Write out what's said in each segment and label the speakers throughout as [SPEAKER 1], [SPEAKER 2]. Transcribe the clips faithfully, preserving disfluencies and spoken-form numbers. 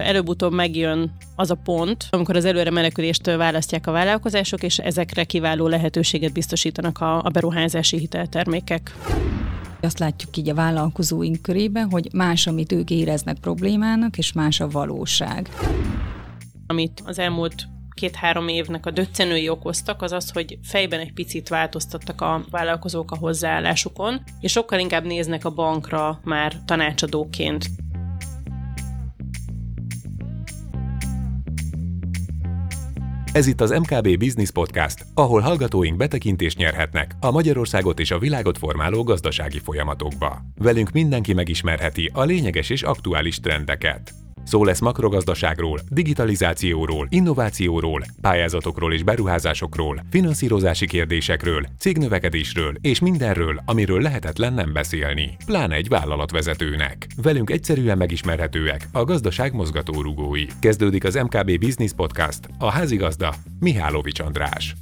[SPEAKER 1] Előbb-utóbb megjön az a pont, amikor az előre menekülést választják a vállalkozások, és ezekre kiváló lehetőséget biztosítanak a, a beruházási hiteltermékek.
[SPEAKER 2] Azt látjuk így a vállalkozóink körében, hogy más, amit ők éreznek problémának, és más a valóság.
[SPEAKER 1] Amit az elmúlt két-három évnek a döccenői okoztak, az az, hogy fejben egy picit változtattak a vállalkozók a hozzáállásukon, és sokkal inkább néznek a bankra már tanácsadóként.
[SPEAKER 3] Ez itt az em ká bé Business Podcast, ahol hallgatóink betekintést nyerhetnek a Magyarországot és a világot formáló gazdasági folyamatokba. Velünk mindenki megismerheti a lényeges és aktuális trendeket. Szó lesz makrogazdaságról, digitalizációról, innovációról, pályázatokról és beruházásokról, finanszírozási kérdésekről, cégnövekedésről és mindenről, amiről lehetetlen nem beszélni, pláne egy vállalatvezetőnek. Velünk egyszerűen megismerhetőek a gazdaság mozgatórugói. Kezdődik az em ká bé Business Podcast, a házigazda Mihálovics András.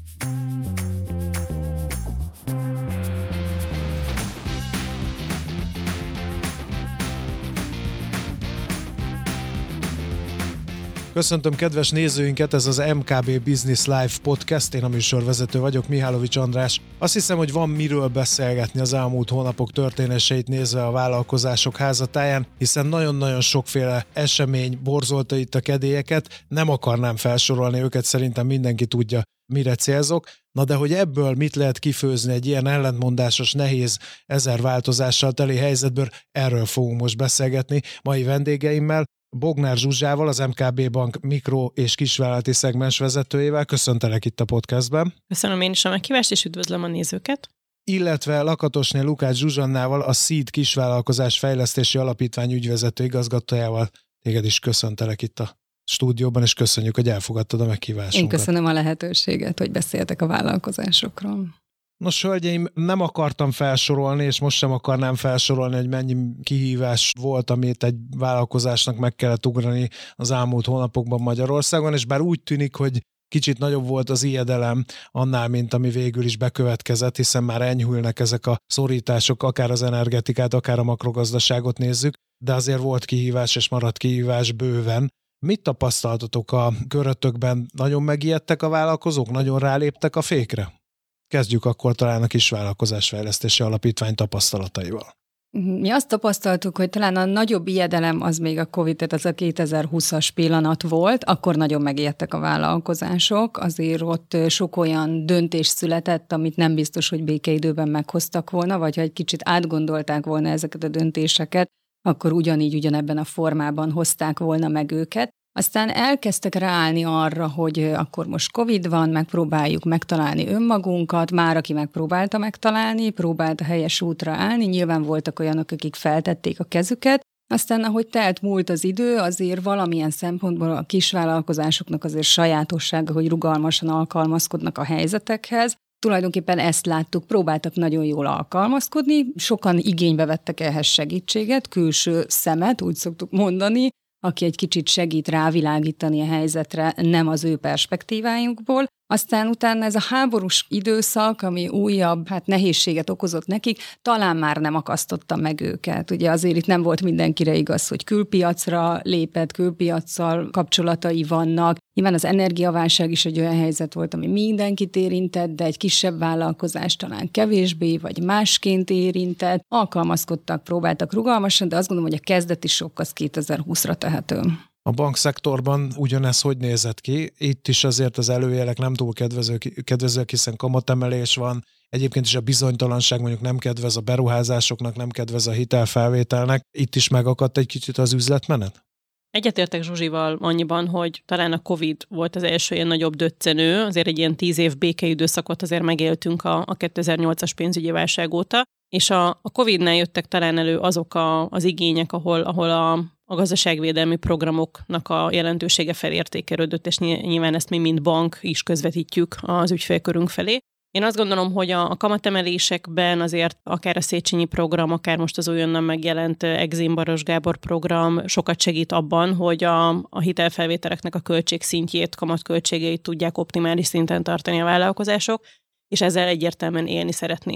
[SPEAKER 4] Köszöntöm kedves nézőinket, ez az em ká bé Business Live Podcast, én a műsorvezető vagyok, Mihálovics András. Azt hiszem, hogy van miről beszélgetni az elmúlt hónapok történéseit nézve a vállalkozások házatáján, hiszen nagyon-nagyon sokféle esemény borzolta itt a kedélyeket, nem akarnám felsorolni őket, szerintem mindenki tudja, mire célzok. Na de hogy ebből mit lehet kifőzni egy ilyen ellentmondásos, nehéz, ezer változással teli helyzetből, erről fogunk most beszélgetni mai vendégeimmel. Bognár Zsuzsával, az em ká bé Bank mikro- és kisvállalati szegmens vezetőjével. Köszöntelek itt a podcastben.
[SPEAKER 1] Köszönöm én is a meghívást, és üdvözlöm a nézőket.
[SPEAKER 4] Illetve Lakatosné Lukács Zsuzsannával, a Seed Kisvállalkozás Fejlesztési Alapítvány ügyvezető igazgatójával. Téged is köszöntelek itt a stúdióban, és köszönjük, hogy elfogadtad a meghívásunkat.
[SPEAKER 2] Én köszönöm a lehetőséget, hogy beszéltek a vállalkozásokról.
[SPEAKER 4] Nos, hölgyeim, nem akartam felsorolni, és most sem akarnám felsorolni, hogy mennyi kihívás volt, amit egy vállalkozásnak meg kellett ugrani az elmúlt hónapokban Magyarországon, és bár úgy tűnik, hogy kicsit nagyobb volt az ijedelem annál, mint ami végül is bekövetkezett, hiszen már enyhülnek ezek a szorítások, akár az energetikát, akár a makrogazdaságot nézzük, de azért volt kihívás, és maradt kihívás bőven. Mit tapasztaltatok a körötökben? Nagyon megijedtek a vállalkozók? Nagyon ráléptek a fékre? Kezdjük akkor talán a Kisvállalkozásfejlesztési Alapítvány tapasztalataival.
[SPEAKER 2] Mi azt tapasztaltuk, hogy talán a nagyobb ijedelem az még a Covid, tehát az a kétezer-húszas pillanat volt, akkor nagyon megijedtek a vállalkozások, azért ott sok olyan döntés született, amit nem biztos, hogy békeidőben meghoztak volna, vagy ha egy kicsit átgondolták volna ezeket a döntéseket, akkor ugyanígy ugyanebben a formában hozták volna meg őket. Aztán elkezdtek ráállni arra, hogy akkor most Covid van, megpróbáljuk megtalálni önmagunkat, már aki megpróbálta megtalálni, próbált a helyes útra állni, nyilván voltak olyanok, akik feltették a kezüket, aztán ahogy telt múlt az idő, azért valamilyen szempontból a kisvállalkozásoknak azért sajátossága, hogy rugalmasan alkalmazkodnak a helyzetekhez. Tulajdonképpen ezt láttuk, próbáltak nagyon jól alkalmazkodni, sokan igénybe vettek ehhez segítséget, külső szemet, úgy szoktuk mondani, aki egy kicsit segít rávilágítani a helyzetre, nem az ő perspektívájukból. Aztán utána ez a háborús időszak, ami újabb hát nehézséget okozott nekik, talán már nem akasztotta meg őket. Ugye azért itt nem volt mindenkire igaz, hogy külpiacra lépett, külpiaccal kapcsolatai vannak. Nyilván az energiaválság is egy olyan helyzet volt, ami mindenkit érintett, de egy kisebb vállalkozás talán kevésbé, vagy másként érintett. Alkalmazkodtak, próbáltak rugalmasan, de azt gondolom, hogy a kezdeti sok az kétezer-húszra tehető.
[SPEAKER 4] A bankszektorban ugyanez hogy nézett ki? Itt is azért az előjelek nem túl kedvezők, kedvezők, hiszen kamatemelés van. Egyébként is a bizonytalanság mondjuk nem kedvez a beruházásoknak, nem kedvez a hitelfelvételnek. Itt is megakadt egy kicsit az üzletmenet?
[SPEAKER 1] Egyetértek Zsuzsival annyiban, hogy talán a Covid volt az első ilyen nagyobb döccenő, azért egy ilyen tíz év békeidőszakot azért megéltünk a, a kétezer-nyolcas pénzügyi válság óta, és a, a Covidnál jöttek talán elő azok a, az igények, ahol, ahol a, a gazdaságvédelmi programoknak a jelentősége felértékelődött, és nyilván ezt mi, mint bank is közvetítjük az ügyfélkörünk felé. Én azt gondolom, hogy a, a kamatemelésekben azért akár a Széchenyi program, akár most az újonnan megjelent Exim Baros Gábor program sokat segít abban, hogy a, a hitelfelvételeknek a költségszintjét, kamatköltségeit tudják optimális szinten tartani a vállalkozások, és ezzel egyértelműen élni szeretnének.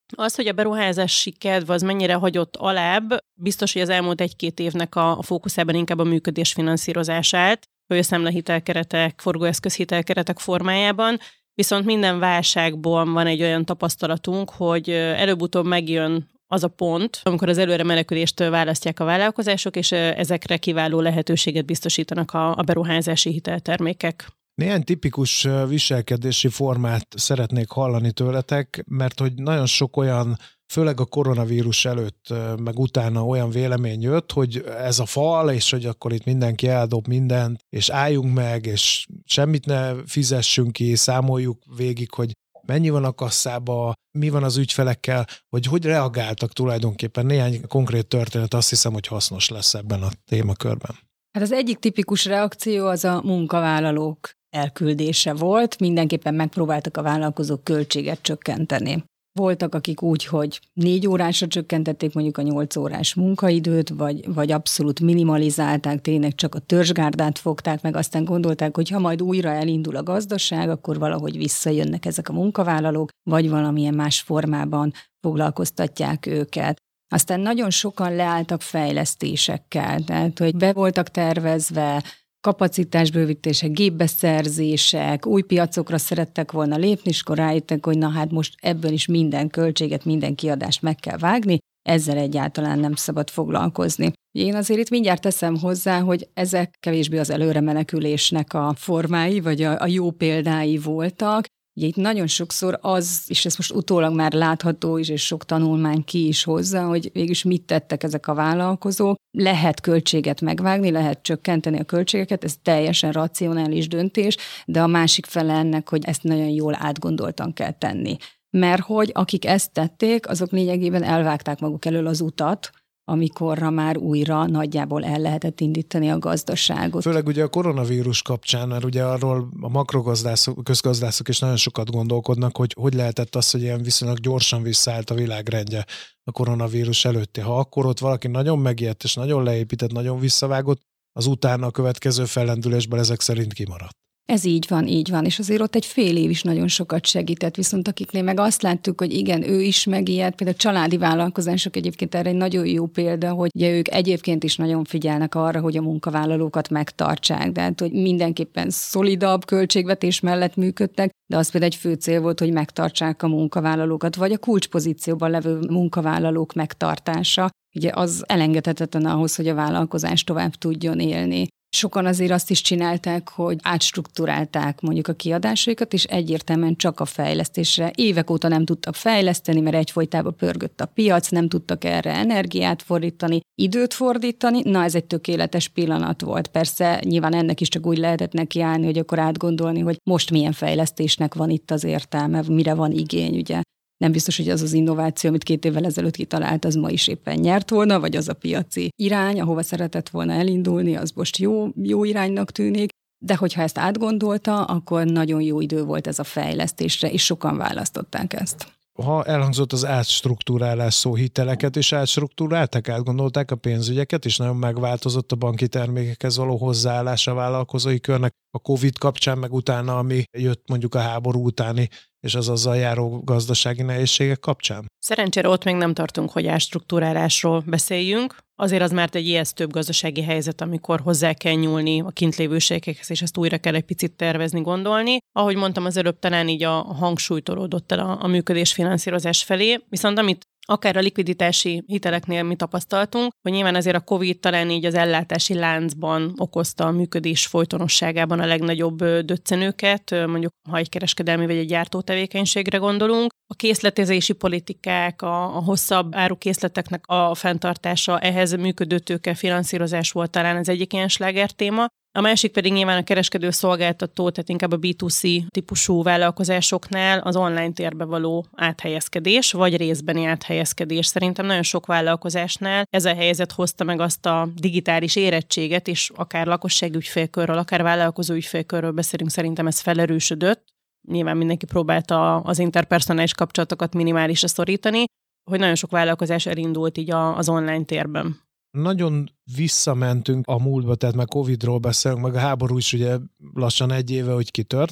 [SPEAKER 1] Az, hogy a beruházási kedv az mennyire hagyott alább, biztos, hogy az elmúlt egy-két évnek a, a fókuszában inkább a működés finanszírozását, folyószámlahitelkeretek, forgóeszközhitelkeretek formájában, viszont minden válságból van egy olyan tapasztalatunk, hogy előbb-utóbb megjön az a pont, amikor az előre menekülést választják a vállalkozások, és ezekre kiváló lehetőséget biztosítanak a, a beruházási hiteltermékek.
[SPEAKER 4] Néhány tipikus viselkedési formát szeretnék hallani tőletek, mert hogy nagyon sok olyan, főleg a koronavírus előtt, meg utána olyan vélemény jött, hogy ez a fal, és hogy akkor itt mindenki eldob mindent, és álljunk meg, és semmit ne fizessünk ki, számoljuk végig, hogy mennyi van a kasszába, mi van az ügyfelekkel, hogy hogy reagáltak tulajdonképpen. Néhány konkrét történet azt hiszem, hogy hasznos lesz ebben a témakörben.
[SPEAKER 2] Hát az egyik tipikus reakció az a munkavállalók elküldése volt, mindenképpen megpróbáltak a vállalkozók költséget csökkenteni. Voltak, akik úgy, hogy négy órásra csökkentették mondjuk a nyolc órás munkaidőt, vagy, vagy abszolút minimalizálták, tényleg csak a törzsgárdát fogták meg, aztán gondolták, hogy ha majd újra elindul a gazdaság, akkor valahogy visszajönnek ezek a munkavállalók, vagy valamilyen más formában foglalkoztatják őket. Aztán nagyon sokan leálltak fejlesztésekkel, tehát hogy be voltak tervezve kapacitásbővítések, gépbeszerzések, új piacokra szerettek volna lépni, és akkor rájöttek, hogy na hát most ebből is minden költséget, minden kiadást meg kell vágni, ezzel egyáltalán nem szabad foglalkozni. Én azért itt mindjárt teszem hozzá, hogy ezek kevésbé az előre menekülésnek a formái, vagy a, a jó példái voltak. Ugye itt nagyon sokszor az, és ez most utólag már látható is, és sok tanulmány ki is hozza, hogy végülis mit tettek ezek a vállalkozók. Lehet költséget megvágni, lehet csökkenteni a költségeket, ez teljesen racionális döntés, de a másik fele ennek, hogy ezt nagyon jól átgondoltan kell tenni. Mert hogy akik ezt tették, azok lényegében elvágták maguk elől az utat, amikorra már újra nagyjából el lehetett indítani a gazdaságot.
[SPEAKER 4] Főleg ugye a koronavírus kapcsán, mert ugye arról a makrogazdászok, közgazdászok is nagyon sokat gondolkodnak, hogy hogy lehetett az, hogy ilyen viszonylag gyorsan visszaállt a világrendje a koronavírus előtti. Ha akkor ott valaki nagyon megijedt és nagyon leépített, nagyon visszavágott, az utána a következő fellendülésben ezek szerint kimaradt.
[SPEAKER 2] Ez így van, így van, és azért ott egy fél év is nagyon sokat segített, viszont akiknél meg azt láttuk, hogy igen, ő is megijedt, például a családi vállalkozások egyébként erre egy nagyon jó példa, hogy ugye ők egyébként is nagyon figyelnek arra, hogy a munkavállalókat megtartsák, de hát, hogy mindenképpen szolidabb költségvetés mellett működtek, de az például egy fő cél volt, hogy megtartsák a munkavállalókat, vagy a kulcspozícióban levő munkavállalók megtartása. Ugye az elengedhetetlen ahhoz, hogy a vállalkozás tovább tudjon élni. Sokan azért azt is csinálták, hogy átstruktúrálták mondjuk a kiadásaikat, és egyértelműen csak a fejlesztésre. Évek óta nem tudtak fejleszteni, mert egyfolytában pörgött a piac, nem tudtak erre energiát fordítani, időt fordítani. Na, ez egy tökéletes pillanat volt. Persze nyilván ennek is csak úgy lehetett nekiállni, hogy akkor átgondolni, hogy most milyen fejlesztésnek van itt az értelme, mire van igény, ugye. Nem biztos, hogy az az innováció, amit két évvel ezelőtt kitalált, az ma is éppen nyert volna, vagy az a piaci irány, ahova szeretett volna elindulni, az most jó, jó iránynak tűnik, de hogyha ezt átgondolta, akkor nagyon jó idő volt ez a fejlesztésre, és sokan választották ezt.
[SPEAKER 4] Ha elhangzott az átstruktúrálás szó, hiteleket is átstruktúrálták, átgondolták a pénzügyeket, és nagyon megváltozott a banki termékekhez való hozzáállás a vállalkozói körnek a Covid kapcsán, meg utána, ami jött mondjuk a háború utáni, és az azzal járó gazdasági nehézségek kapcsán?
[SPEAKER 1] Szerencsére ott még nem tartunk, hogy átstruktúrálásról beszéljünk. Azért az már egy ijesztőbb gazdasági helyzet, amikor hozzá kell nyúlni a kintlévőségekhez, és ezt újra kell egy picit tervezni, gondolni. Ahogy mondtam, az előbb talán így a hangsúly tolódott el a, a működés finanszírozás felé, viszont amit akár a likviditási hiteleknél mi tapasztaltunk, hogy nyilván azért a Covid talán így az ellátási láncban okozta a működés folytonosságában a legnagyobb döccenőket, mondjuk ha egy kereskedelmi vagy egy gyártó tevékenységre gondolunk. A készletezési politikák, a, a hosszabb árukészleteknek a fenntartása, ehhez működő tőke finanszírozás volt talán az egyik ilyen sláger téma. A másik pedig nyilván a kereskedő szolgáltató, tehát inkább a bé kettő cé típusú vállalkozásoknál az online térbe való áthelyezkedés, vagy részbeni áthelyezkedés. Szerintem nagyon sok vállalkozásnál ez a helyzet hozta meg azt a digitális érettséget, és akár lakossági ügyfélkörről, akár vállalkozó ügyfélkörről beszélünk, szerintem ez felerősödött. Nyilván mindenki próbálta az interpersonális kapcsolatokat minimálisra szorítani, hogy nagyon sok vállalkozás elindult így az online térben.
[SPEAKER 4] Nagyon visszamentünk a múltba, tehát már Covidról beszélünk, meg a háború is ugye lassan egy éve, hogy kitört.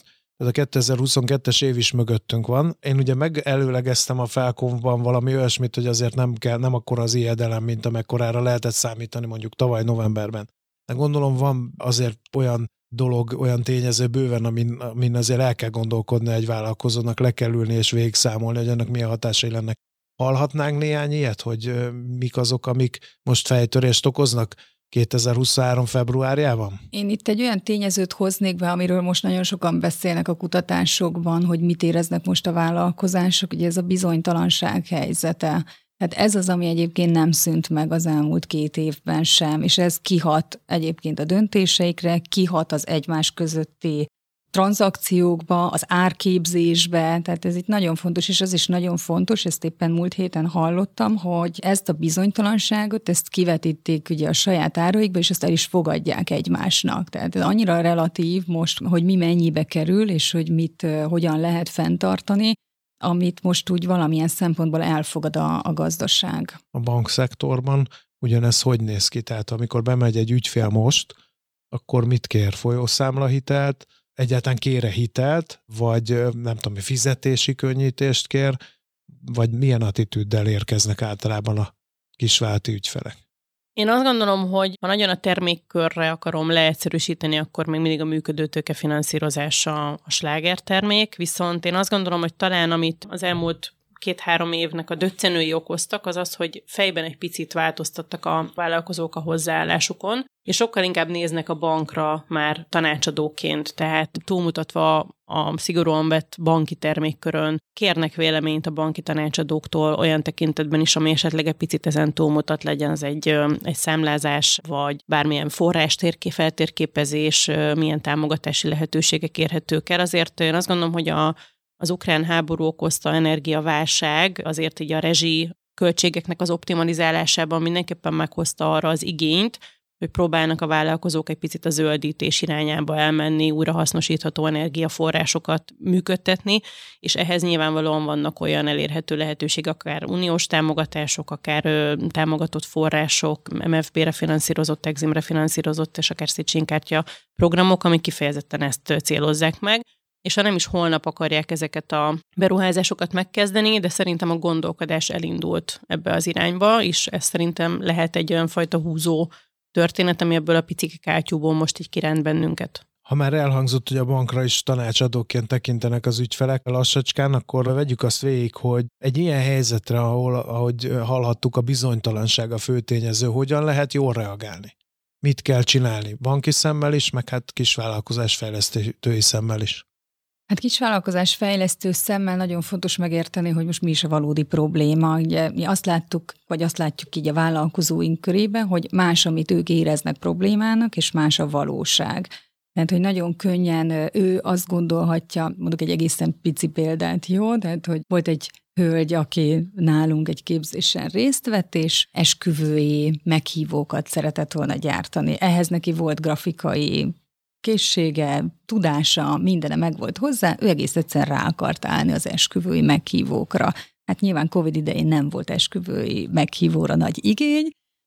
[SPEAKER 4] Tehát a kétezer-huszonkettes év is mögöttünk van. Én ugye megelőlegeztem a Felkonfban valami olyasmit, hogy azért nem kell, nem akkora az ijedelem, mint amekkorára lehetett számítani mondjuk tavaly novemberben. De gondolom van azért olyan dolog, olyan tényező bőven, amin, amin azért el kell gondolkodni egy vállalkozónak, le kell ülni és végigszámolni, hogy ennek milyen hatásai lennek. Hallhatnánk néhány ilyet, hogy mik azok, amik most fejtörést okoznak kétezer-huszonhárom februárjában?
[SPEAKER 2] Én itt egy olyan tényezőt hoznék be, amiről most nagyon sokan beszélnek a kutatásokban, hogy mit éreznek most a vállalkozások, ugye ez a bizonytalanság helyzete. Tehát ez az, ami egyébként nem szűnt meg az elmúlt két évben sem, és ez kihat egyébként a döntéseikre, kihat az egymás közötti tranzakciókba, az árképzésbe, tehát ez itt nagyon fontos, és az is nagyon fontos, ezt éppen múlt héten hallottam, hogy ezt a bizonytalanságot, ezt kivetíték ugye a saját áraikba, és ezt el is fogadják egymásnak. Tehát ez annyira relatív most, hogy mi mennyibe kerül, és hogy mit, hogyan lehet fenntartani, amit most úgy valamilyen szempontból elfogad a, a gazdaság.
[SPEAKER 4] A bankszektorban ugyanez hogy néz ki? Tehát amikor bemegy egy ügyfél most, akkor mit kér? Folyószámlahitelt, egyáltalán kér-e hitelt, vagy nem tudom, fizetési könnyítést kér, vagy milyen attitűddel érkeznek általában a kisvállalati ügyfelek?
[SPEAKER 1] Én azt gondolom, hogy ha nagyon a termékkörre akarom leegyszerűsíteni, akkor még mindig a működőtőke finanszírozása a slágertermék, viszont én azt gondolom, hogy talán amit az elmúlt két-három évnek a döccenői okoztak, az az, hogy fejben egy picit változtattak a vállalkozók a hozzáállásukon, és sokkal inkább néznek a bankra már tanácsadóként, tehát túlmutatva a szigorúan vett banki termékkörön kérnek véleményt a banki tanácsadóktól olyan tekintetben is, ami esetleg egy picit ezen túlmutat, legyen az egy, egy számlázás, vagy bármilyen forrás feltérképezés, milyen támogatási lehetőségek érhetők el. Azért én azt gondolom, hogy a az ukrán háború okozta energiaválság azért így a rezsi költségeknek az optimalizálásában mindenképpen meghozta arra az igényt, hogy próbálnak a vállalkozók egy picit a zöldítés irányába elmenni, újrahasznosítható energiaforrásokat működtetni, és ehhez nyilvánvalóan vannak olyan elérhető lehetőségek, akár uniós támogatások, akár ö, támogatott források, em ef bé-re finanszírozott, Eximre finanszírozott, és akár Széchenyi-kártya programok, amik kifejezetten ezt célozzák meg. És ha nem is holnap akarják ezeket a beruházásokat megkezdeni, de szerintem a gondolkodás elindult ebbe az irányba, és ez szerintem lehet egy olyan fajta húzó történet, ami ebből a picike kátyúból most így kiránt bennünket.
[SPEAKER 4] Ha már elhangzott, hogy a bankra is tanácsadóként tekintenek az ügyfelek lassacskán, akkor vegyük azt végig, hogy egy ilyen helyzetre, ahol, ahogy hallhattuk, a bizonytalanság a főtényező, hogyan lehet jól reagálni? Mit kell csinálni? Banki szemmel is, meg hát kisvállalkozás fejlesztői szemmel is.
[SPEAKER 2] Hát kisvállalkozás fejlesztő szemmel nagyon fontos megérteni, hogy most mi is a valódi probléma. Ugye mi azt láttuk, vagy azt látjuk így a vállalkozóink körében, hogy más, amit ők éreznek problémának, és más a valóság. Tehát, hogy nagyon könnyen ő azt gondolhatja, mondok egy egészen pici példát, jó? Tehát, hogy volt egy hölgy, aki nálunk egy képzésen részt vett, és esküvői meghívókat szeretett volna gyártani. Ehhez neki volt grafikai készsége, tudása, mindene megvolt hozzá, ő egész egyszerűen rá akart állni az esküvői meghívókra. Hát nyilván Covid idején nem volt esküvői meghívóra nagy igény,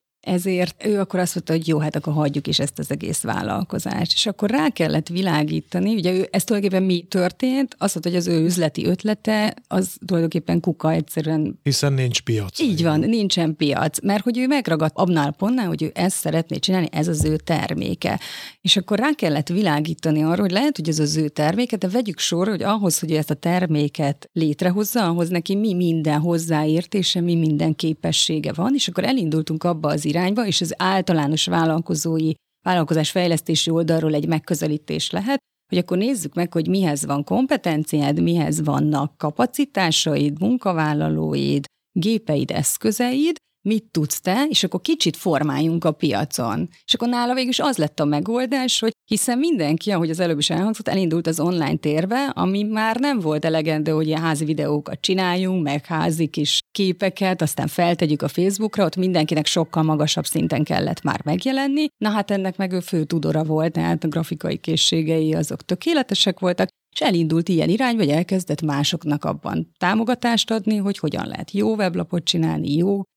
[SPEAKER 2] ezért ő akkor azt mondta, hogy jó, hát akkor hagyjuk is ezt az egész vállalkozást. És akkor rá kellett világítani, ugye ő, ez tulajdonképpen mi történt, azt mondta, hogy az ő üzleti ötlete, az tulajdonképpen kuka egyszerűen.
[SPEAKER 4] Hiszen nincs piac.
[SPEAKER 2] Így van, nincsen piac, mert hogy ő megragadt abnál pontnál, hogy ő ezt szeretné csinálni, ez az ő terméke. És akkor rá kellett világítani arra, hogy lehet, hogy ez az ő terméke, de vegyük sorra, hogy ahhoz, hogy ezt a terméket létrehozza, ahhoz neki mi minden hozzáértése, mi minden képessége van, és akkor elindultunk abba az irányba, és az általános vállalkozói, vállalkozás fejlesztési oldalról egy megközelítés lehet, hogy akkor nézzük meg, hogy mihez van kompetenciád, mihez vannak kapacitásaid, munkavállalóid, gépeid, eszközeid, mit tudsz te, és akkor kicsit formáljunk a piacon. És akkor nála végül is az lett a megoldás, hogy hiszen mindenki, ahogy az előbb is elhangzott, elindult az online térbe, ami már nem volt elegendő, hogy ilyen házi videókat csináljunk, meg házi kis képeket, aztán feltegyük a Facebookra, ott mindenkinek sokkal magasabb szinten kellett már megjelenni. Na hát ennek meg ő fő tudora volt, tehát a grafikai készségei azok tökéletesek voltak, és elindult ilyen irányba, hogy elkezdett másoknak abban támogatást adni, hogy hogyan lehet jó weblapot csinálni, jó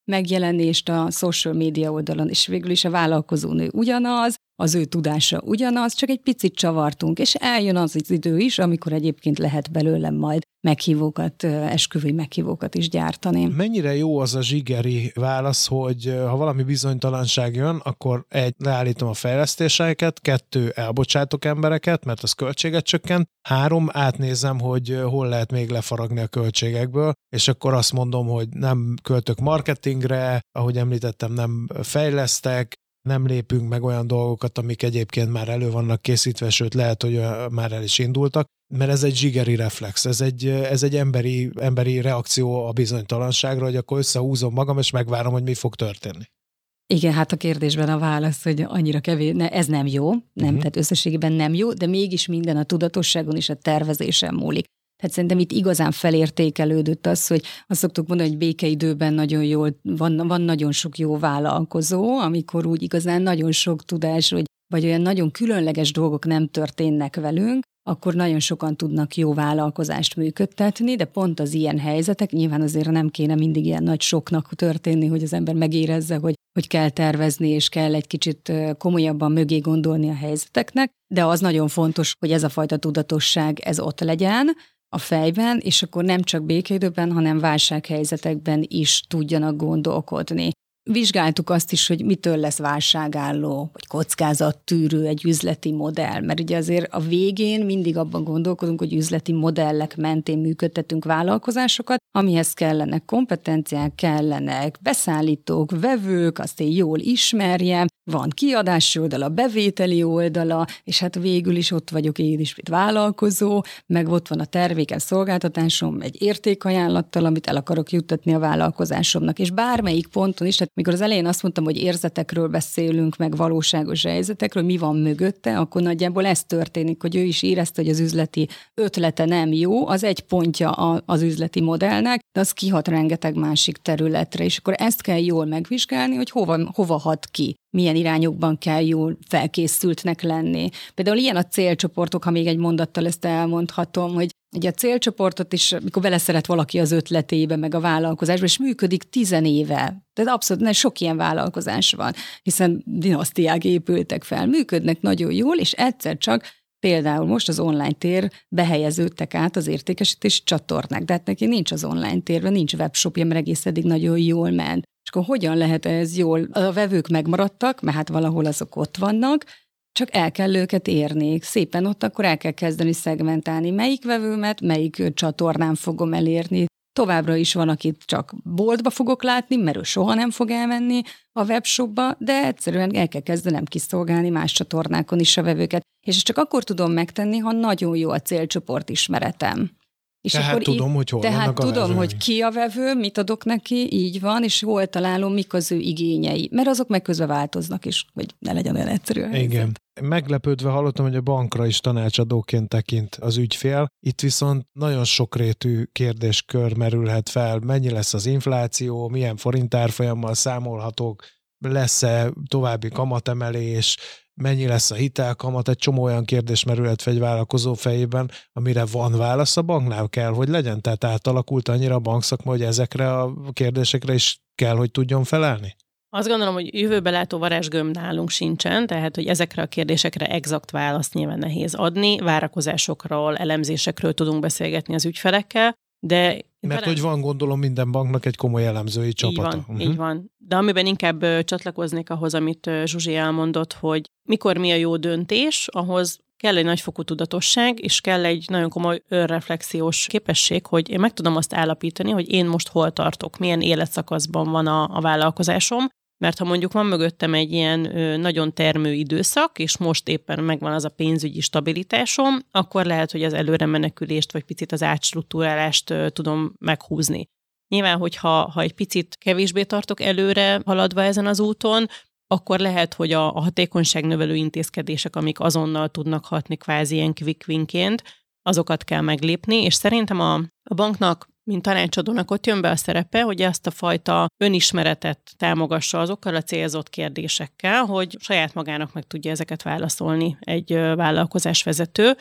[SPEAKER 2] megjelenést a social media oldalon, és végül is a vállalkozónő ugyanaz, az ő tudása ugyanaz, csak egy picit csavartunk, és eljön az az idő is, amikor egyébként lehet belőlem majd meghívókat, esküvői meghívókat is gyártani.
[SPEAKER 4] Mennyire jó az a zsigeri válasz, hogy ha valami bizonytalanság jön, akkor egy, leállítom a fejlesztéseket, kettő, elbocsátok embereket, mert az költséget csökkent, három, átnézem, hogy hol lehet még lefaragni a költségekből, és akkor azt mondom, hogy nem költök marketingre, ahogy említettem, nem fejlesztek, nem lépünk meg olyan dolgokat, amik egyébként már elő vannak készítve, sőt lehet, hogy már el is indultak, mert ez egy zsigeri reflex, ez egy, ez egy emberi, emberi reakció a bizonytalanságra, hogy akkor összehúzom magam, és megvárom, hogy mi fog történni.
[SPEAKER 2] Igen, hát a kérdésben a válasz, hogy annyira kevés, ne, ez nem jó, nem, uh-huh. tehát összességében nem jó, de mégis minden a tudatosságon és a tervezésen múlik. Tehát szerintem itt igazán felértékelődött az, hogy azt szoktuk mondani, hogy békeidőben nagyon jól, van, van nagyon sok jó vállalkozó, amikor úgy igazán nagyon sok tudás, vagy, vagy olyan nagyon különleges dolgok nem történnek velünk, akkor nagyon sokan tudnak jó vállalkozást működtetni, de pont az ilyen helyzetek, nyilván azért nem kéne mindig ilyen nagy soknak történni, hogy az ember megérezze, hogy, hogy kell tervezni, és kell egy kicsit komolyabban mögé gondolni a helyzeteknek, de az nagyon fontos, hogy ez a fajta tudatosság, ez ott legyen a fejben, és akkor nem csak békeidőben, hanem válsághelyzetekben is tudjanak gondolkodni. Vizsgáltuk azt is, hogy mitől lesz válságálló, vagy kockázattűrő egy üzleti modell, mert ugye azért a végén mindig abban gondolkodunk, hogy üzleti modellek mentén működtetünk vállalkozásokat, amihez kellenek kompetenciák, kellenek beszállítók, vevők, azt én jól ismerjem, van kiadási oldala, bevételi oldala, és hát végül is ott vagyok én is, mint vállalkozó, meg ott van a termékem, szolgáltatásom egy értékajánlattal, amit el akarok juttatni a vállalkozásomnak, és bármelyik ponton is, tehát mikor az elején azt mondtam, hogy érzetekről beszélünk, meg valóságos helyzetekről, mi van mögötte, akkor nagyjából ez történik, hogy ő is érezte, hogy az üzleti ötlete nem jó, az egy pontja az üzleti modellnek, de az kihat rengeteg másik területre, és akkor ezt kell jól megvizsgálni, hogy hova, hova hat ki, milyen irányokban kell jól felkészültnek lenni. Például ilyen a célcsoportok, ha még egy mondattal ezt elmondhatom, hogy ugye a célcsoportot is, mikor beleszeret valaki az ötletébe, meg a vállalkozásba, és működik tizen éve. Tehát abszolút nem sok ilyen vállalkozás van, hiszen dinasztiák épültek fel, működnek nagyon jól, és egyszer csak például most az online tér behelyeződtek át az értékesítési csatornák, de hát neki nincs az online térben, nincs webshopja, mert egész eddig nagyon jól ment. És akkor hogyan lehet ez jól? A vevők megmaradtak, mert hát valahol azok ott vannak, csak el kell őket érni. Szépen ott akkor el kell kezdeni szegmentálni, melyik vevőmet, melyik csatornán fogom elérni. Továbbra is van, akit csak boltba fogok látni, mert ő soha nem fog elmenni a webshopba, de egyszerűen el kell kezdenem kiszolgálni más csatornákon is a vevőket. És ezt csak akkor tudom megtenni, ha nagyon jó a célcsoport ismeretem. És
[SPEAKER 4] tehát
[SPEAKER 2] akkor
[SPEAKER 4] tudom,
[SPEAKER 2] így,
[SPEAKER 4] hogy hol
[SPEAKER 2] tehát
[SPEAKER 4] vannak a
[SPEAKER 2] tudom,
[SPEAKER 4] vevői.
[SPEAKER 2] hogy ki a vevő, mit adok neki, így van, és hol találom, mik az ő igényei. Mert azok meg közben változnak is, hogy ne legyen olyan egyszerű.
[SPEAKER 4] Igen. Meglepődve hallottam, hogy a bankra is tanácsadóként tekint az ügyfél. Itt viszont nagyon sokrétű kérdéskör merülhet fel. Mennyi lesz az infláció, milyen forintárfolyammal számolhatok, lesz-e további kamatemelés, mennyi lesz a hitelkamat, egy csomó olyan kérdés merülhet fel egy vállalkozó fejében, amire van válasz a banknál kell, hogy legyen. Tehát átalakult annyira a bankszakma, hogy ezekre a kérdésekre is kell, hogy tudjon felelni?
[SPEAKER 1] Azt gondolom, hogy jövőbe látó varázsgömb nálunk sincsen, tehát, hogy ezekre a kérdésekre exakt választ nyilván nehéz adni, várakozásokról, elemzésekről tudunk beszélgetni az ügyfelekkel, de...
[SPEAKER 4] Mert talán... hogy van, gondolom, minden banknak egy komoly elemzői csapata.
[SPEAKER 1] Így van,
[SPEAKER 4] uh-huh.
[SPEAKER 1] így van. De amiben inkább csatlakoznék ahhoz, amit Zsuzsi elmondott, hogy mikor mi a jó döntés, ahhoz kell egy nagyfokú tudatosság, és kell egy nagyon komoly önreflexiós képesség, hogy én meg tudom azt állapítani, hogy én most hol tartok, milyen életszakaszban van a, a vállalkozásom, mert ha mondjuk van mögöttem egy ilyen ö, nagyon termő időszak, és most éppen megvan az a pénzügyi stabilitásom, akkor lehet, hogy az előre menekülést, vagy picit az átstruktúrálást ö, tudom meghúzni. Nyilván, hogyha ha egy picit kevésbé tartok előre haladva ezen az úton, akkor lehet, hogy a, a hatékonyságnövelő intézkedések, amik azonnal tudnak hatni kvázi ilyen quick winként, azokat kell meglépni, és szerintem a, a banknak, mint tanácsadónak ott jön be a szerepe, hogy ezt a fajta önismeretet támogassa azokkal a célzott kérdésekkel, hogy saját magának meg tudja ezeket válaszolni egy vállalkozásvezető,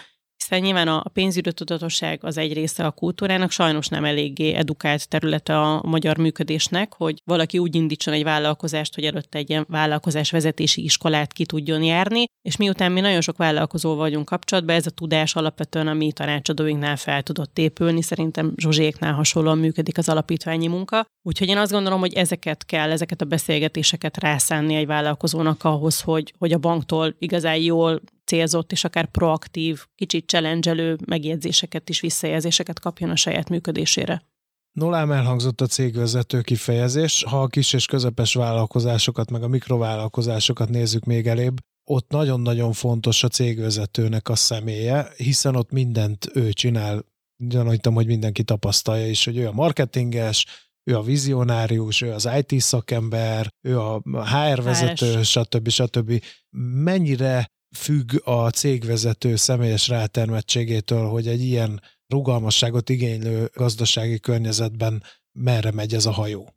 [SPEAKER 1] hiszen nyilván a pénzügyi tudatosság az egy része a kultúrának, sajnos nem eléggé edukált területe a magyar működésnek, hogy valaki úgy indítson egy vállalkozást, hogy előtte egy ilyen vállalkozás vezetési iskolát ki tudjon járni, és miután mi nagyon sok vállalkozóval vagyunk kapcsolatban, ez a tudás alapvetően a mi tanácsadóinknál fel tudott épülni, szerintem Zsuzséknál hasonlóan működik az alapítványi munka. Úgyhogy én azt gondolom, hogy ezeket kell, ezeket a beszélgetéseket rászánni egy vállalkozónak ahhoz, hogy, hogy a banktól igazán jól célzott és akár proaktív, kicsit challenge-elő megjegyzéseket és visszajelzéseket kapjon a saját működésére.
[SPEAKER 4] Nolám elhangzott a cégvezető kifejezés, ha a kis és közepes vállalkozásokat, meg a mikrovállalkozásokat nézzük még elébb, ott nagyon-nagyon fontos a cégvezetőnek a személye, hiszen ott mindent ő csinál. Gyanítom, hogy mindenki tapasztalja is, hogy ő a marketinges, ő a vizionárius, ő az í té szakember, ő a há er vezető, stb. stb. Mennyire függ a cégvezető személyes rátermettségétől, hogy egy ilyen rugalmasságot igénylő gazdasági környezetben merre megy ez a hajó?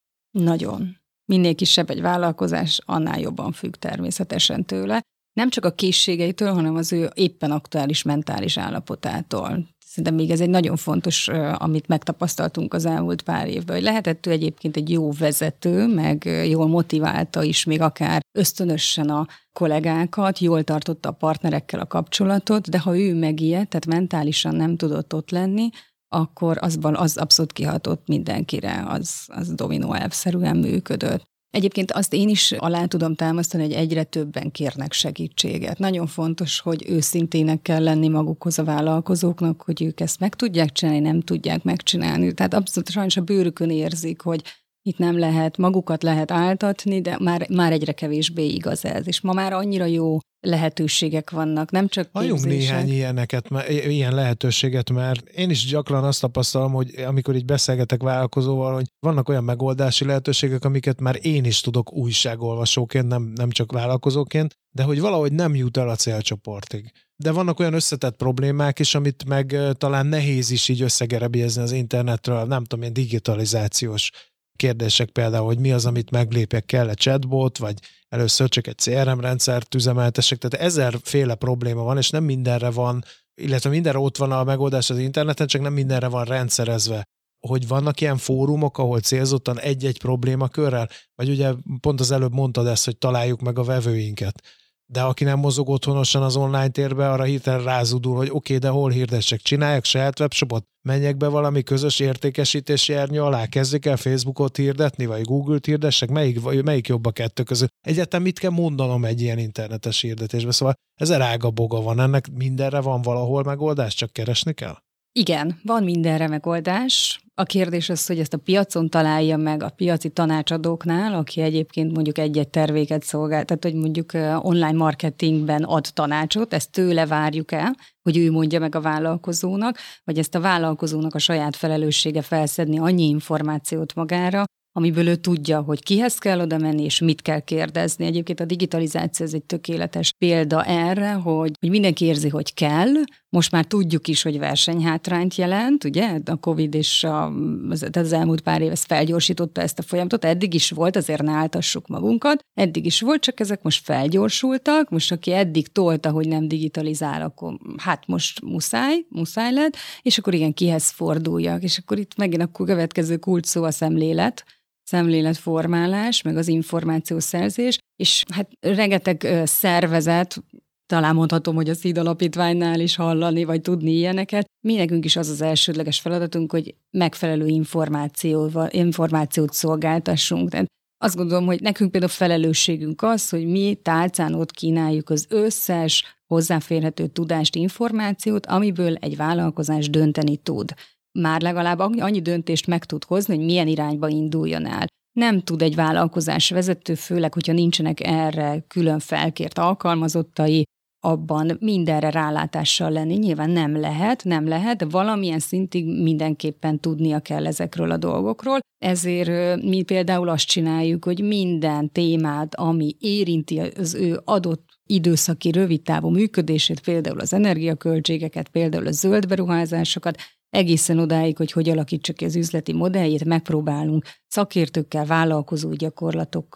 [SPEAKER 2] Nagyon. Minél kisebb egy vállalkozás, annál jobban függ természetesen tőle. Nem csak a készségeitől, hanem az ő éppen aktuális mentális állapotától. Szerintem még ez egy nagyon fontos, amit megtapasztaltunk az elmúlt pár évben, hogy lehetett ő egyébként egy jó vezető, meg jól motiválta is, még akár ösztönösen a kollégákat, jól tartotta a partnerekkel a kapcsolatot, de ha ő megijedt, tehát mentálisan nem tudott ott lenni, akkor azban az abszolút kihatott mindenkire, az, az dominó elvszerűen működött. Egyébként azt én is alá tudom támasztani, hogy egyre többen kérnek segítséget. Nagyon fontos, hogy őszintének kell lenni magukhoz a vállalkozóknak, hogy ők ezt meg tudják csinálni, nem tudják megcsinálni. Tehát abszolút sajnos a bőrükön érzik, hogy itt nem lehet, magukat lehet áltatni, de már, már egyre kevésbé igaz ez. És ma már annyira jó lehetőségek vannak, nem csak képzések.
[SPEAKER 4] Halljunk néhány ilyeneket, ilyen lehetőséget, mert én is gyakran azt tapasztalom, hogy amikor így beszélgetek vállalkozóval, hogy vannak olyan megoldási lehetőségek, amiket már én is tudok újságolvasóként, nem, nem csak vállalkozóként, de hogy valahogy nem jut el a célcsoportig. De vannak olyan összetett problémák is, amit meg talán nehéz is így összegerebélyezni az internetről, nem tudom, ilyen digitalizációs kérdések például, hogy mi az, amit meglépek, kell-e chatbot, vagy először csak egy cé er em rendszert üzemeltessek, tehát ezerféle probléma van, és nem mindenre van, illetve mindenre ott van a megoldás az interneten, csak nem mindenre van rendszerezve. Hogy vannak ilyen fórumok, ahol célzottan egy-egy problémakörrel, vagy ugye pont az előbb mondtad ezt, hogy találjuk meg a vevőinket. De aki nem mozog otthonosan az online térbe, arra hirtelen rázudul, hogy oké, okay, de hol hirdessek? Csináljak saját webshopot? Menjek be valami közös értékesítési ernyő alá? Kezdjek el Facebookot hirdetni, vagy Google-t hirdessek? Melyik, melyik jobb a kettő közül? Egyáltalán mit kell mondanom egy ilyen internetes hirdetésbe? Szóval ez a rága boga van. Ennek mindenre van valahol megoldás, csak keresni kell?
[SPEAKER 2] Igen, van mindenre megoldás. A kérdés az, hogy ezt a piacon találja meg a piaci tanácsadóknál, aki egyébként mondjuk egy-egy terméket szolgál, tehát hogy mondjuk online marketingben ad tanácsot, ezt tőle várjuk el, hogy ő mondja meg a vállalkozónak, vagy ezt a vállalkozónak a saját felelőssége felszedni annyi információt magára, amiből ő tudja, hogy kihez kell oda menni, és mit kell kérdezni. Egyébként a digitalizáció ez egy tökéletes példa erre, hogy, hogy mindenki érzi, hogy kell. Most már tudjuk is, hogy versenyhátrányt jelent, ugye? A Covid és a, az, az elmúlt pár év ez felgyorsította ezt a folyamatot. Eddig is volt, azért ne áltassuk magunkat. Eddig is volt, csak ezek most felgyorsultak. Most aki eddig tolta, hogy nem digitalizál, akkor hát most muszáj, muszáj lett, és akkor igen, kihez forduljak. És akkor itt megint a következő kulcs szó a szemlélet, szemléletformálás, meg az információszerzés, és hát rengeteg szervezet, talán mondhatom, hogy a Szíd Alapítványnál is hallani, vagy tudni ilyeneket. Mi nekünk is az az elsődleges feladatunk, hogy megfelelő információval, információt szolgáltassunk. Tehát azt gondolom, hogy nekünk például felelősségünk az, hogy mi tálcán ott kínáljuk az összes hozzáférhető tudást, információt, amiből egy vállalkozás dönteni tud. Már legalább annyi döntést meg tud hozni, hogy milyen irányba induljon el. Nem tud egy vállalkozás vezető, főleg, hogyha nincsenek erre külön felkért alkalmazottai, abban mindenre rálátással lenni. Nyilván nem lehet, nem lehet, de valamilyen szintig mindenképpen tudnia kell ezekről a dolgokról. Ezért mi például azt csináljuk, hogy minden témát, ami érinti az ő adott időszaki rövidtávú működését, például az energiaköltségeket, például a zöld beruházásokat, egészen odáig, hogy hogy alakítsa ki az üzleti modelljét, megpróbálunk szakértőkkel, vállalkozó gyakorlatokkal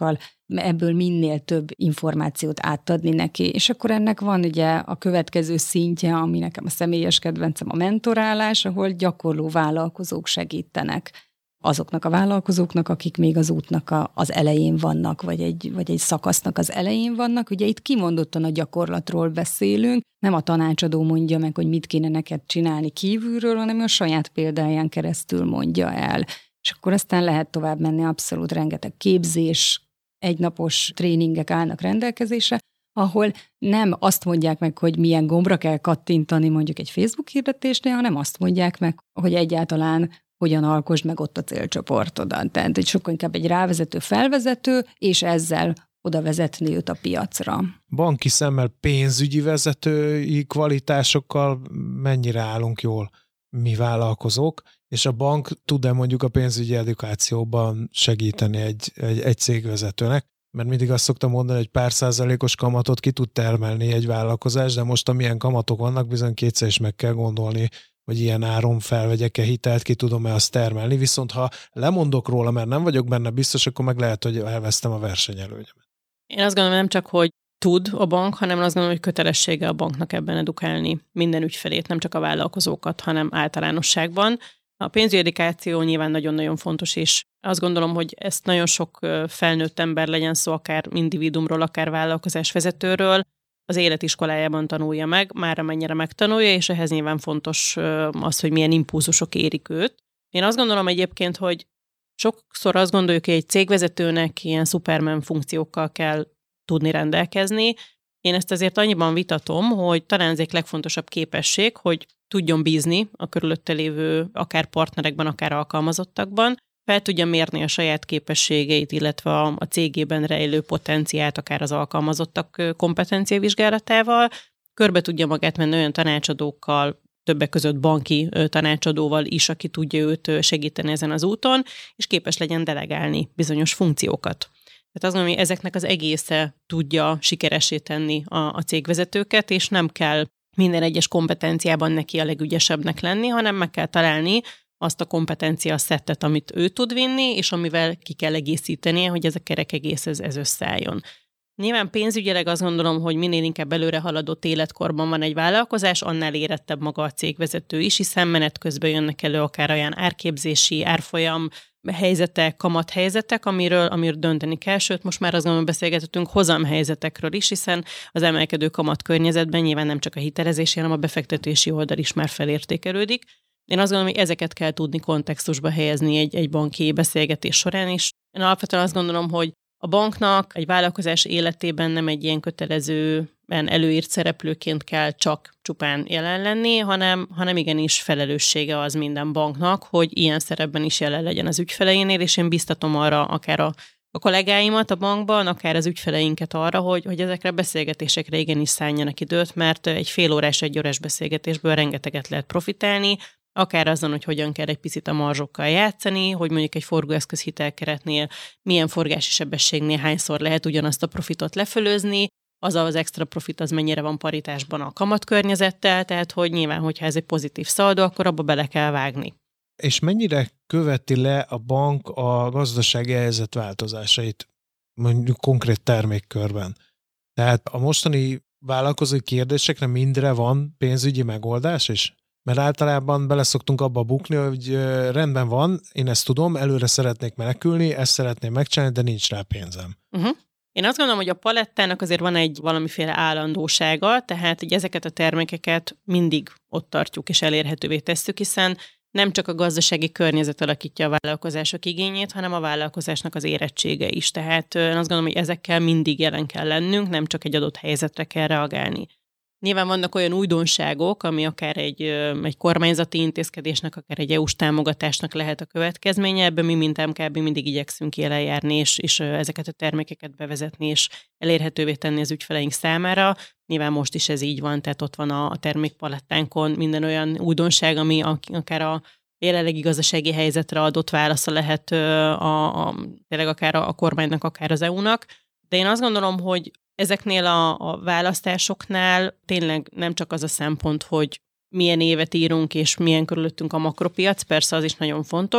[SPEAKER 2] ebből minél több információt átadni neki. És akkor ennek van ugye a következő szintje, ami nekem a személyes kedvencem, a mentorálás, ahol gyakorló vállalkozók segítenek azoknak a vállalkozóknak, akik még az útnak a, az elején vannak, vagy egy, vagy egy szakasznak az elején vannak. Ugye itt kimondottan a gyakorlatról beszélünk, nem a tanácsadó mondja meg, hogy mit kéne neked csinálni kívülről, hanem a saját példáján keresztül mondja el. És akkor aztán lehet tovább menni, abszolút rengeteg képzés, egynapos tréningek állnak rendelkezésre, ahol nem azt mondják meg, hogy milyen gombra kell kattintani mondjuk egy Facebook hirdetésnél, hanem azt mondják meg, hogy egyáltalán hogyan alkosd meg ott a célcsoportodat. Tehát egy sokkal inkább egy rávezető, felvezető, és ezzel oda vezetni őt a piacra.
[SPEAKER 4] Banki szemmel pénzügyi vezetői kvalitásokkal mennyire állunk jól mi vállalkozók, és a bank tud-e mondjuk a pénzügyi edukációban segíteni egy, egy, egy cégvezetőnek? Mert mindig azt szoktam mondani, hogy pár százalékos kamatot ki tud termelni egy vállalkozás, de most amilyen kamatok vannak, bizony kétszer is meg kell gondolni, hogy ilyen áron felvegyek-e hitelt, ki tudom-e azt termelni, viszont ha lemondok róla, mert nem vagyok benne biztos, akkor meg lehet, hogy elvesztem a versenyelőnyemet.
[SPEAKER 1] Én azt gondolom, nem csak, hogy tud a bank, hanem azt gondolom, hogy kötelessége a banknak ebben edukálni minden ügyfelét, nem csak a vállalkozókat, hanem általánosságban. A pénzügyi edukáció nyilván nagyon-nagyon fontos, és azt gondolom, hogy ezt nagyon sok felnőtt ember, legyen szó akár individumról, akár vállalkozásvezetőről, az életiskolájában tanulja meg, már amennyire megtanulja, és ehhez nyilván fontos az, hogy milyen impulzusok érik őt. Én azt gondolom egyébként, hogy sokszor azt gondoljuk, hogy egy cégvezetőnek ilyen szuperman funkciókkal kell tudni rendelkezni. Én ezt azért annyiban vitatom, hogy talán ez egy legfontosabb képesség, hogy tudjon bízni a körülötte lévő akár partnerekben, akár alkalmazottakban, fel tudja mérni a saját képességeit, illetve a, a cégében rejlő potenciált, akár az alkalmazottak kompetenciavizsgálatával, körbe tudja magát menni olyan tanácsadókkal, többek között banki tanácsadóval is, aki tudja őt segíteni ezen az úton, és képes legyen delegálni bizonyos funkciókat. Tehát azt gondolom, hogy ezeknek az egésze tudja sikeressé tenni a, a cégvezetőket, és nem kell minden egyes kompetenciában neki a legügyesebbnek lenni, hanem meg kell találni azt a kompetencia szettet, amit ő tud vinni, és amivel ki kell egészítenie, hogy ez a kerek egész ez, ez összeálljon. Nyilván pénzügyileg azt gondolom, hogy minél inkább előre haladott életkorban van egy vállalkozás, annál érettebb maga a cégvezető is, hiszen menet közben jönnek elő akár olyan árképzési, árfolyam helyzetek, kamathelyzetek, amiről, amiről dönteni kell, sőt, most már azt gondolom, beszélgethetünk hozamhelyzetekről is, hiszen az emelkedő kamat környezetben nyilván nem csak a hitelezési, hanem a befektetési oldal is már felértékelődik. Én azt gondolom, hogy ezeket kell tudni kontextusba helyezni egy, egy banki beszélgetés során is. Én alapvetően azt gondolom, hogy a banknak egy vállalkozás életében nem egy ilyen kötelezően előírt szereplőként kell csak csupán jelen lenni, hanem, hanem igenis felelőssége az minden banknak, hogy ilyen szerepben is jelen legyen az ügyfeleinél, és én biztatom arra akár a, a kollégáimat a bankban, akár az ügyfeleinket arra, hogy, hogy ezekre a beszélgetésekre igenis szálljanak időt, mert egy fél órás, egy órás beszélgetésből rengeteget lehet profitálni, akár azon, hogy hogyan kell egy picit a marzsokkal játszani, hogy mondjuk egy forgóeszköz hitelkeretnél milyen forgási sebességnél hányszor lehet ugyanazt a profitot lefölözni, az az extra profit az mennyire van paritásban a kamatkörnyezettel, tehát hogy nyilván, hogyha ez egy pozitív szaldó, akkor abba bele kell vágni.
[SPEAKER 4] És mennyire követi le a bank a gazdasági helyzet változásait, mondjuk konkrét termékkörben? Tehát a mostani vállalkozói kérdésekre mindre van pénzügyi megoldás is? Mert általában beleszoktunk abba bukni, hogy rendben van, én ezt tudom, előre szeretnék menekülni, ezt szeretném megcsinálni, de nincs rá pénzem.
[SPEAKER 1] Uh-huh. Én azt gondolom, hogy a palettának azért van egy valamiféle állandósága, tehát hogy ezeket a termékeket mindig ott tartjuk és elérhetővé tesszük, hiszen nem csak a gazdasági környezet alakítja a vállalkozások igényét, hanem a vállalkozásnak az érettsége is. Tehát én azt gondolom, hogy ezekkel mindig jelen kell lennünk, nem csak egy adott helyzetre kell reagálni. Nyilván vannak olyan újdonságok, ami akár egy, egy kormányzati intézkedésnek, akár egy é u-s támogatásnak lehet a következménye. Ebben mi, mint em ká bé mindig igyekszünk jelen járni, és, és ezeket a termékeket bevezetni, és elérhetővé tenni az ügyfeleink számára. Nyilván most is ez így van, tehát ott van a, a termékpalettánkon minden olyan újdonság, ami akár a jelenlegi gazdasági helyzetre adott válasza lehet a, a, tényleg akár a, a kormánynak, akár az é u-nak. De én azt gondolom, hogy ezeknél a, a választásoknál tényleg nem csak az a szempont, hogy milyen évet írunk, és milyen körülöttünk a makropiac, persze az is nagyon fontos,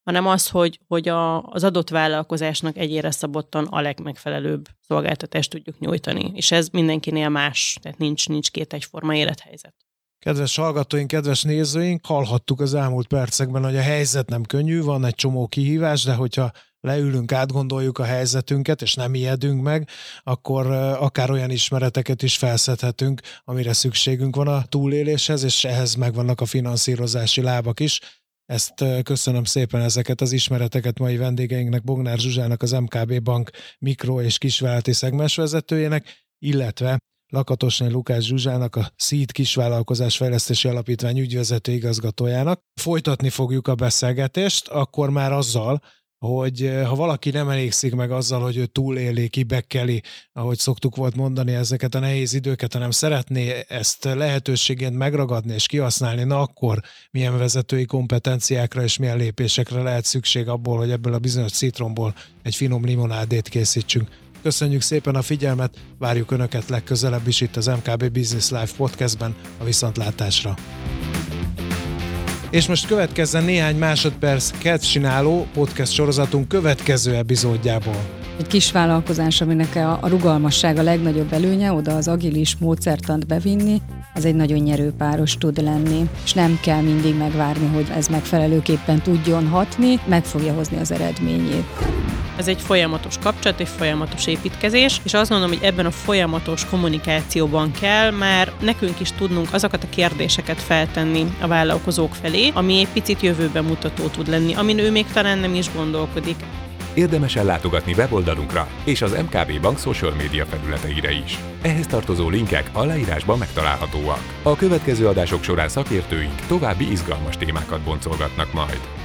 [SPEAKER 1] hanem az, hogy, hogy a, az adott vállalkozásnak egyére szabottan a legmegfelelőbb szolgáltatást tudjuk nyújtani. És ez mindenkinél más, tehát nincs, nincs két egyforma élethelyzet.
[SPEAKER 4] Kedves hallgatóink, kedves nézőink, hallhattuk az elmúlt percekben, hogy a helyzet nem könnyű, van egy csomó kihívás, de hogyha leülünk, átgondoljuk a helyzetünket, és nem ijedünk meg, akkor akár olyan ismereteket is felszedhetünk, amire szükségünk van a túléléshez, és ehhez megvannak a finanszírozási lábak is. Ezt köszönöm szépen, ezeket az ismereteket mai vendégeinknek, Bognár Zsuzsának, az em ká bé Bank mikro- és kisvállalati szegmensvezetőjének, illetve Lakatosné Lukács Zsuzsának, a Seed Kisvállalkozás Fejlesztési Alapítvány ügyvezető igazgatójának. Folytatni fogjuk a beszélgetést, akkor már azzal, hogy ha valaki nem elégszik meg azzal, hogy ő túléli, kibekkeli, ahogy szoktuk volt mondani, ezeket a nehéz időket, hanem szeretné ezt lehetőségként megragadni és kihasználni, na akkor milyen vezetői kompetenciákra és milyen lépésekre lehet szükség abból, hogy ebből a bizonyos citromból egy finom limonádét készítsünk. Köszönjük szépen a figyelmet, várjuk Önöket legközelebb is itt az em ká bé Business Live podcastben, a viszontlátásra. És most következzen néhány másodperc kedvcsináló podcast sorozatunk következő epizódjából.
[SPEAKER 2] Egy kis vállalkozás, aminek a rugalmasság a legnagyobb előnye, oda az agilis módszertant bevinni, az egy nagyon nyerőpáros tud lenni, és nem kell mindig megvárni, hogy ez megfelelőképpen tudjon hatni, meg fogja hozni az eredményét.
[SPEAKER 1] Ez egy folyamatos kapcsolat, egy folyamatos építkezés, és azt gondolom, hogy ebben a folyamatos kommunikációban kell már nekünk is tudnunk azokat a kérdéseket feltenni a vállalkozók felé, ami egy picit jövőbe mutató tud lenni, amin ő még talán nem is gondolkodik.
[SPEAKER 3] Érdemes ellátogatni weboldalunkra és az em ká bé Bank social media felületeire is. Ehhez tartozó linkek a leírásban megtalálhatóak. A következő adások során szakértőink további izgalmas témákat boncolgatnak majd.